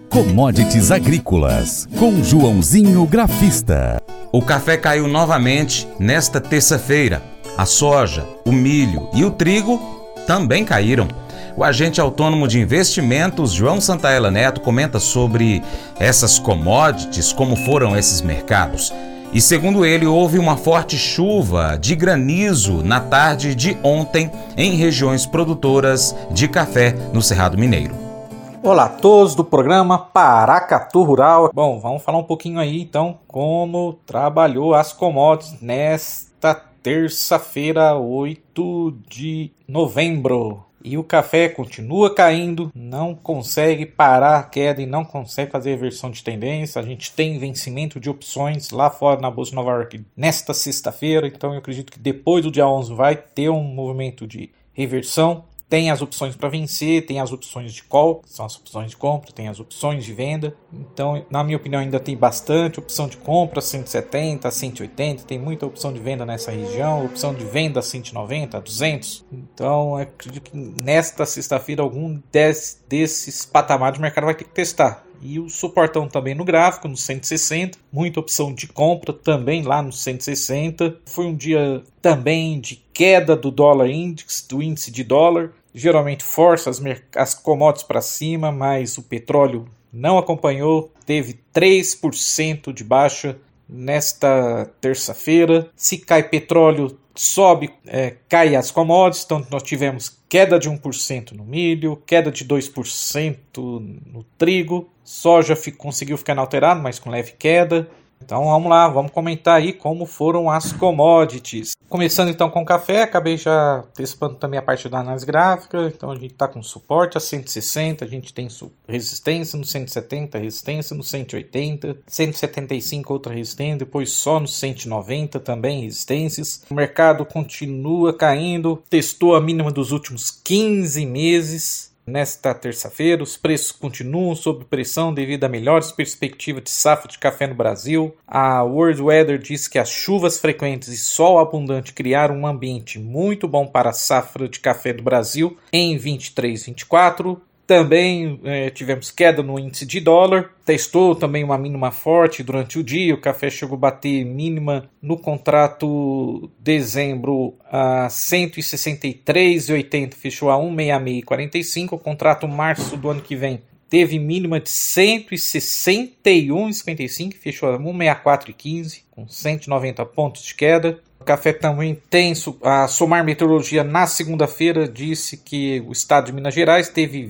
Commodities Agrícolas, com Joãozinho Grafista. O café caiu novamente nesta terça-feira. A soja, o milho e o trigo também caíram. O agente autônomo de investimentos, João Santaella Neto, comenta sobre essas commodities, como foram esses mercados. E segundo ele, houve uma forte chuva de granizo na tarde de ontem em regiões produtoras de café no Cerrado Mineiro. Olá a todos do programa Paracatu Rural. Bom, vamos falar um pouquinho aí então como trabalhou as commodities nesta terça-feira, 8 de novembro. E o café continua caindo, não consegue parar a queda e não consegue fazer reversão de tendência. A gente tem vencimento de opções lá fora na Bolsa de Nova York nesta sexta-feira, então eu acredito que depois do dia 11 vai ter um movimento de reversão. Tem as opções para vencer, tem as opções de call, que são as opções de compra, tem as opções de venda. Então, na minha opinião, ainda tem bastante opção de compra, 170, 180, tem muita opção de venda nessa região, opção de venda 190, 200. Então, eu acredito que nesta sexta-feira, algum desses patamares o mercado vai ter que testar. E o suportão também no gráfico, no 160. Muita opção de compra também lá no 160. Foi um dia também de queda do dólar index, do índice de dólar. Geralmente força as commodities para cima, mas o petróleo não acompanhou. Teve 3% de baixa nesta terça-feira. Se cai petróleo, sobe, cai as commodities. Então nós tivemos queda de 1% no milho, queda de 2% no trigo. Soja conseguiu ficar inalterado, mas com leve queda. Então vamos lá, vamos comentar aí como foram as commodities. Começando então com o café, acabei já antecipando também a parte da análise gráfica. Então a gente está com suporte a 160, a gente tem resistência no 170, resistência no 180, 175 outra resistência, depois só no 190 também resistências. O mercado continua caindo, testou a mínima dos últimos 15 meses. Nesta terça-feira, os preços continuam sob pressão devido a melhores perspectivas de safra de café no Brasil. A World Weather diz que as chuvas frequentes e sol abundante criaram um ambiente muito bom para a safra de café do Brasil em 23 e 24. Também tivemos queda no índice de dólar, testou também uma mínima forte durante o dia, o café chegou a bater mínima no contrato dezembro a 163,80, fechou a 166,45, o contrato março do ano que vem teve mínima de 161,55, fechou a 164,15, com 190 pontos de queda. O café também tem a Somar Meteorologia na segunda-feira disse que o estado de Minas Gerais teve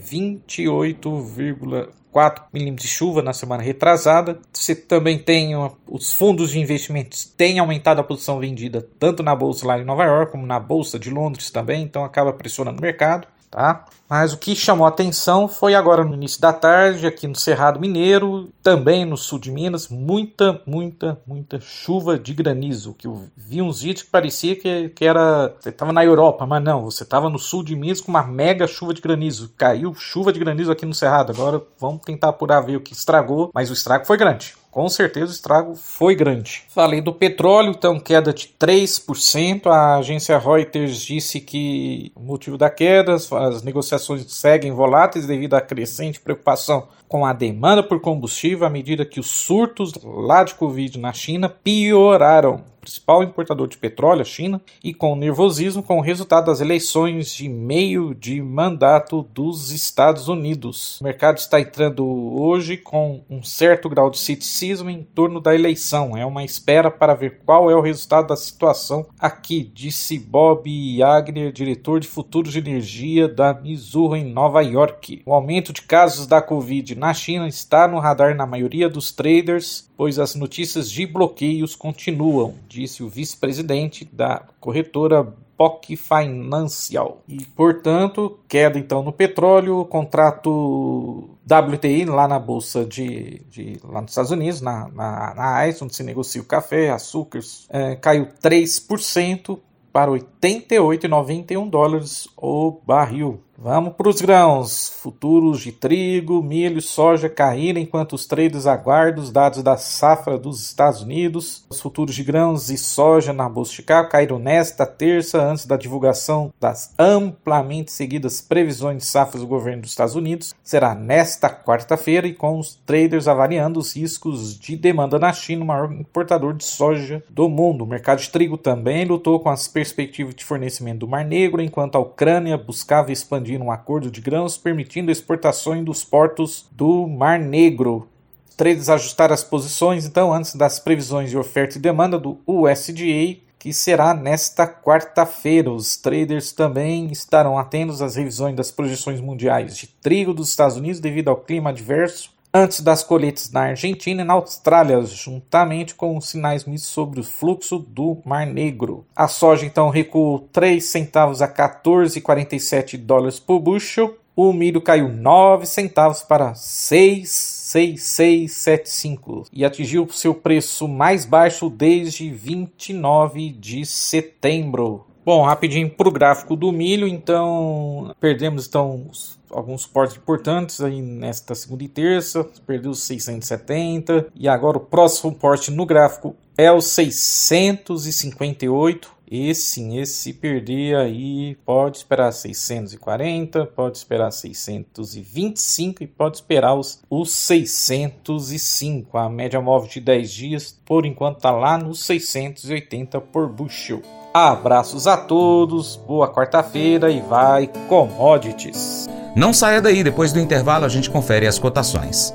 28,4 milímetros de chuva na semana retrasada. Você também tem os fundos de investimentos têm aumentado a posição vendida tanto na bolsa lá em Nova York como na bolsa de Londres também, então acaba pressionando o mercado. Tá? Mas o que chamou a atenção foi agora no início da tarde, aqui no Cerrado Mineiro, também no sul de Minas, muita chuva de granizo. Que eu vi uns vídeos que parecia que era você estava na Europa, mas não, você estava no sul de Minas com uma mega chuva de granizo. Caiu chuva de granizo aqui no Cerrado. Agora vamos tentar apurar ver o que estragou, mas o estrago foi grande. Com certeza o estrago foi grande. Falei do petróleo, então queda de 3%. A agência Reuters disse que o motivo da queda, as negociações seguem voláteis devido à crescente preocupação com a demanda por combustível à medida que os surtos lá de Covid na China pioraram. O principal importador de petróleo, a China, e com nervosismo com o resultado das eleições de meio de mandato dos Estados Unidos. O mercado está entrando hoje com um certo grau de ceticismo em torno da eleição. É uma espera para ver qual é o resultado da situação aqui, disse Bob Yagner, diretor de futuros de energia da Mizuho em Nova York. O aumento de casos da Covid na China está no radar na maioria dos traders, pois as notícias de bloqueios continuam, disse o vice-presidente da corretora POC Financial. E, portanto, queda então no petróleo, contrato WTI lá na bolsa lá nos Estados Unidos, na ICE, onde se negocia o café, açúcares, caiu 3%. Para $88,91 o barril. Vamos para os grãos. Futuros de trigo, milho e soja caíram enquanto os traders aguardam os dados da safra dos Estados Unidos. Os futuros de grãos e soja na Bolsa de Chicago caíram nesta terça, antes da divulgação das amplamente seguidas previsões de safras do governo dos Estados Unidos. Será nesta quarta-feira e com os traders avaliando os riscos de demanda na China, o maior importador de soja do mundo. O mercado de trigo também lutou com as perspectivas de fornecimento do Mar Negro, enquanto a Ucrânia buscava expandir um acordo de grãos permitindo exportações dos portos do Mar Negro. Os traders ajustaram as posições então antes das previsões de oferta e demanda do USDA, que será nesta quarta-feira. Os traders também estarão atentos às revisões das projeções mundiais de trigo dos Estados Unidos devido ao clima adverso antes das colheitas na Argentina e na Austrália, juntamente com os sinais mistos sobre o fluxo do Mar Negro. A soja então recuou 3 centavos a 14,47 dólares por bushel. O milho caiu 9 centavos para 6,6675 e atingiu seu preço mais baixo desde 29 de setembro. Bom, rapidinho para o gráfico do milho, então perdemos alguns suportes importantes aí nesta segunda e terça, perdeu os 670 e agora o próximo suporte no gráfico é o 658. Esse perder aí pode esperar 640, pode esperar 625 e pode esperar os 605. A média móvel de 10 dias por enquanto está lá nos 680 por bushel. Abraços a todos, boa quarta-feira e vai commodities. Não saia daí, depois do intervalo a gente confere as cotações.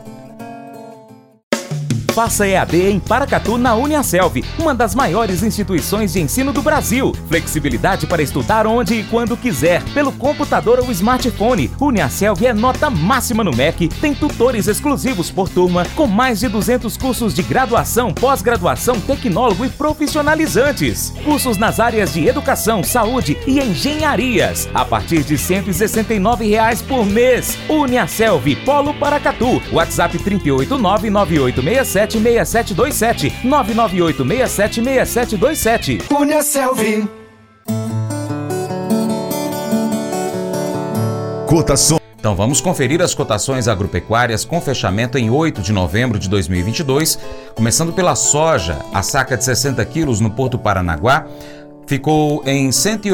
Faça EAD em Paracatu na Uniaselv, uma das maiores instituições de ensino do Brasil. Flexibilidade para estudar onde e quando quiser, pelo computador ou smartphone. Uniaselv é nota máxima no MEC, tem tutores exclusivos por turma, com mais de 200 cursos de graduação, pós-graduação, tecnólogo e profissionalizantes. Cursos nas áreas de educação, saúde e engenharias, a partir de R$ 169 por mês. Uniaselv, Polo Paracatu, WhatsApp 3899867 6727 998676727. Uniaselv. Cotação. Então vamos conferir as cotações agropecuárias com fechamento em 8 de novembro de 2022, começando pela soja. A saca de 60 quilos no Porto Paranaguá ficou em R$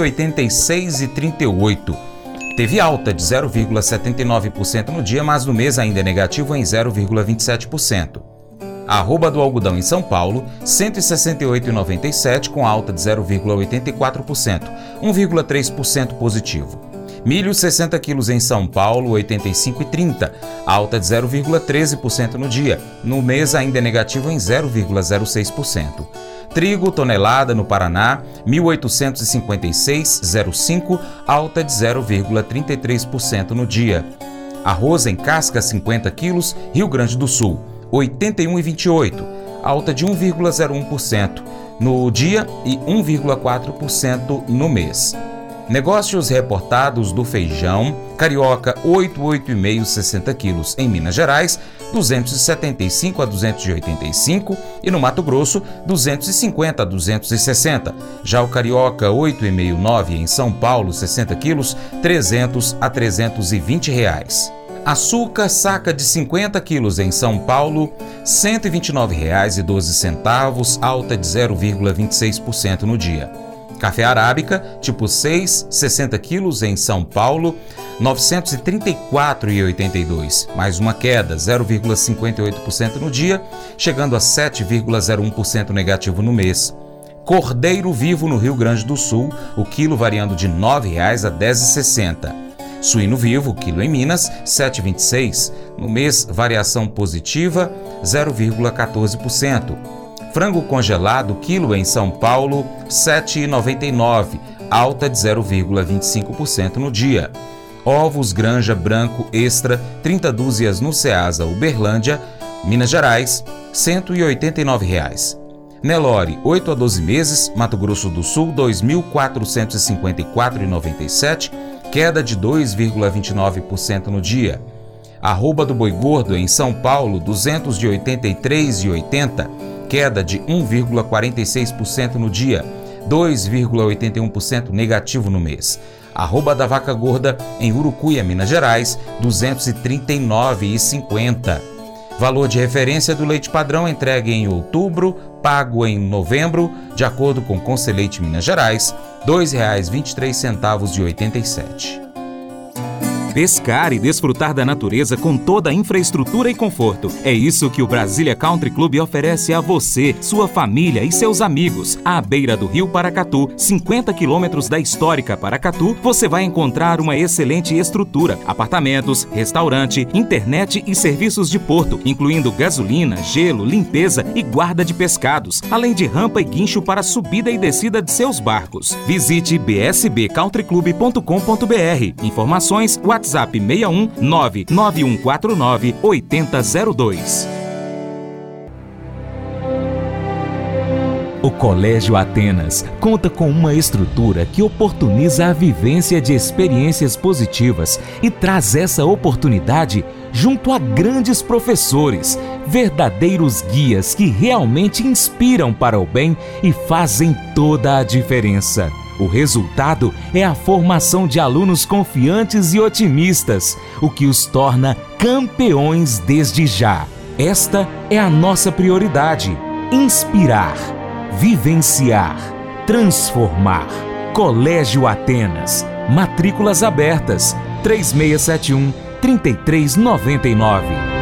186,38. Teve alta de 0,79% no dia, mas no mês ainda é negativo em 0,27%. A arroba do algodão em São Paulo, R$ 168,97, com alta de 0,84%, 1,3% positivo. Milho 60 quilos em São Paulo, R$ 85,30, alta de 0,13% no dia, no mês ainda é negativo em 0,06%. Trigo tonelada no Paraná, R$ 1.856,05, alta de 0,33% no dia. Arroz em casca 50 quilos, Rio Grande do Sul, R$ 81,28, alta de 1,01% no dia e 1,4% no mês. Negócios reportados do feijão, carioca 8,5 60 quilos em Minas Gerais, 275 a 285 e no Mato Grosso 250 a 260. Já o carioca 8,5 9 em São Paulo 60 quilos, 300 a 320 reais. Açúcar saca de 50 quilos em São Paulo, R$ 129,12, alta de 0,26% no dia. Café arábica, tipo 6, 60 quilos em São Paulo, R$ 934,82, mais uma queda, 0,58% no dia, chegando a 7,01% negativo no mês. Cordeiro vivo no Rio Grande do Sul, o quilo variando de R$ 9,00 a R$ 10,60. Suíno vivo, quilo em Minas, R$ 7,26. No mês, variação positiva, 0,14%. Frango congelado, quilo em São Paulo, R$ 7,99. Alta de 0,25% no dia. Ovos Granja Branco Extra, 30 dúzias no Ceasa Uberlândia, Minas Gerais, R$ 189. Nelore, 8 a 12 meses, Mato Grosso do Sul, R$ 2.454,97, queda de 2,29% no dia. Arroba do boi gordo em São Paulo, R$ 283,80, queda de 1,46% no dia. 2,81% negativo no mês. Arroba da vaca gorda em Urucuia, Minas Gerais, R$ 239,50. Valor de referência do leite padrão entregue em outubro, pago em novembro, de acordo com Conselheite Minas Gerais, R$ 2,23,87. Pescar e desfrutar da natureza com toda a infraestrutura e conforto. É isso que o Brasília Country Club oferece a você, sua família e seus amigos. À beira do Rio Paracatu, 50 quilômetros da histórica Paracatu, você vai encontrar uma excelente estrutura, apartamentos, restaurante, internet e serviços de porto, incluindo gasolina, gelo, limpeza e guarda de pescados, além de rampa e guincho para subida e descida de seus barcos. Visite bsbcountryclub.com.br. Informações, WhatsApp 61 99149 8002. O Colégio Atenas conta com uma estrutura que oportuniza a vivência de experiências positivas e traz essa oportunidade junto a grandes professores, verdadeiros guias que realmente inspiram para o bem e fazem toda a diferença. O resultado é a formação de alunos confiantes e otimistas, o que os torna campeões desde já. Esta é a nossa prioridade: inspirar, vivenciar, transformar. Colégio Atenas. Matrículas abertas. 3671-3399.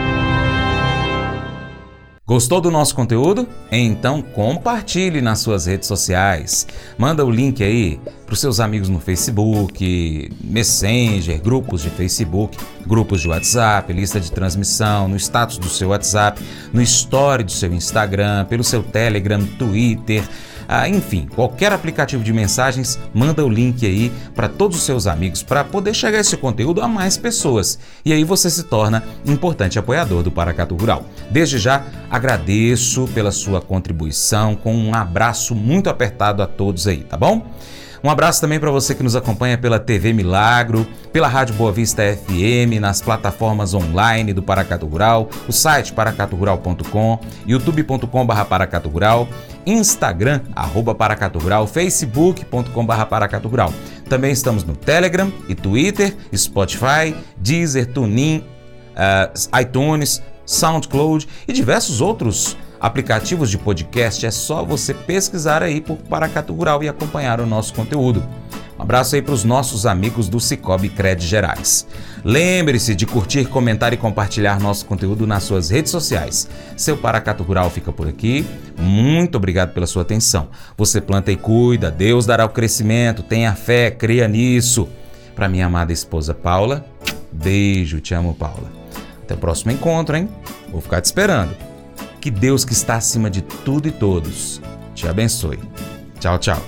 Gostou do nosso conteúdo? Então compartilhe nas suas redes sociais. Manda o link aí para os seus amigos no Facebook, Messenger, grupos de Facebook, grupos de WhatsApp, lista de transmissão, no status do seu WhatsApp, no story do seu Instagram, pelo seu Telegram, Twitter. Enfim, qualquer aplicativo de mensagens, manda o link aí para todos os seus amigos para poder chegar esse conteúdo a mais pessoas. E aí você se torna um importante apoiador do Paracatu Rural. Desde já, agradeço pela sua contribuição, com um abraço muito apertado a todos aí, tá bom? Um abraço também para você que nos acompanha pela TV Milagro, pela Rádio Boa Vista FM, nas plataformas online do Paracatu Rural, o site paracaturural.com, youtube.com/paracaturural, Instagram, @paracaturural, facebook.com/paracaturural. Também estamos no Telegram e Twitter, Spotify, Deezer, TuneIn, iTunes, SoundCloud e diversos outros aplicativos de podcast. É só você pesquisar aí por Paracatu Rural e acompanhar o nosso conteúdo. Um abraço aí para os nossos amigos do Cicobi Cred Gerais. Lembre-se de curtir, comentar e compartilhar nosso conteúdo nas suas redes sociais. Seu Paracatu Rural fica por aqui. Muito obrigado pela sua atenção. Você planta e cuida, Deus dará o crescimento. Tenha fé, creia nisso. Para minha amada esposa Paula, beijo, te amo, Paula. Até o próximo encontro, hein? Vou ficar te esperando. Que Deus, que está acima de tudo e todos, te abençoe. Tchau, tchau.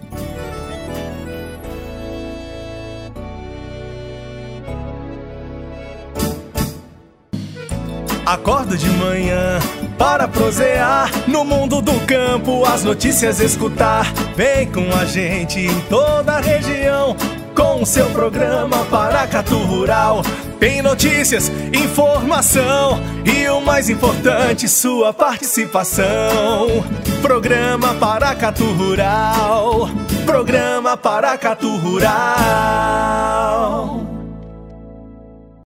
Acordo de manhã para prosear no mundo do campo, as notícias escutar. Vem com a gente em toda a região com o seu programa Paracatu Rural. Tem notícias, informação e o mais importante, sua participação. Programa Paracatu Rural. Programa Paracatu Rural.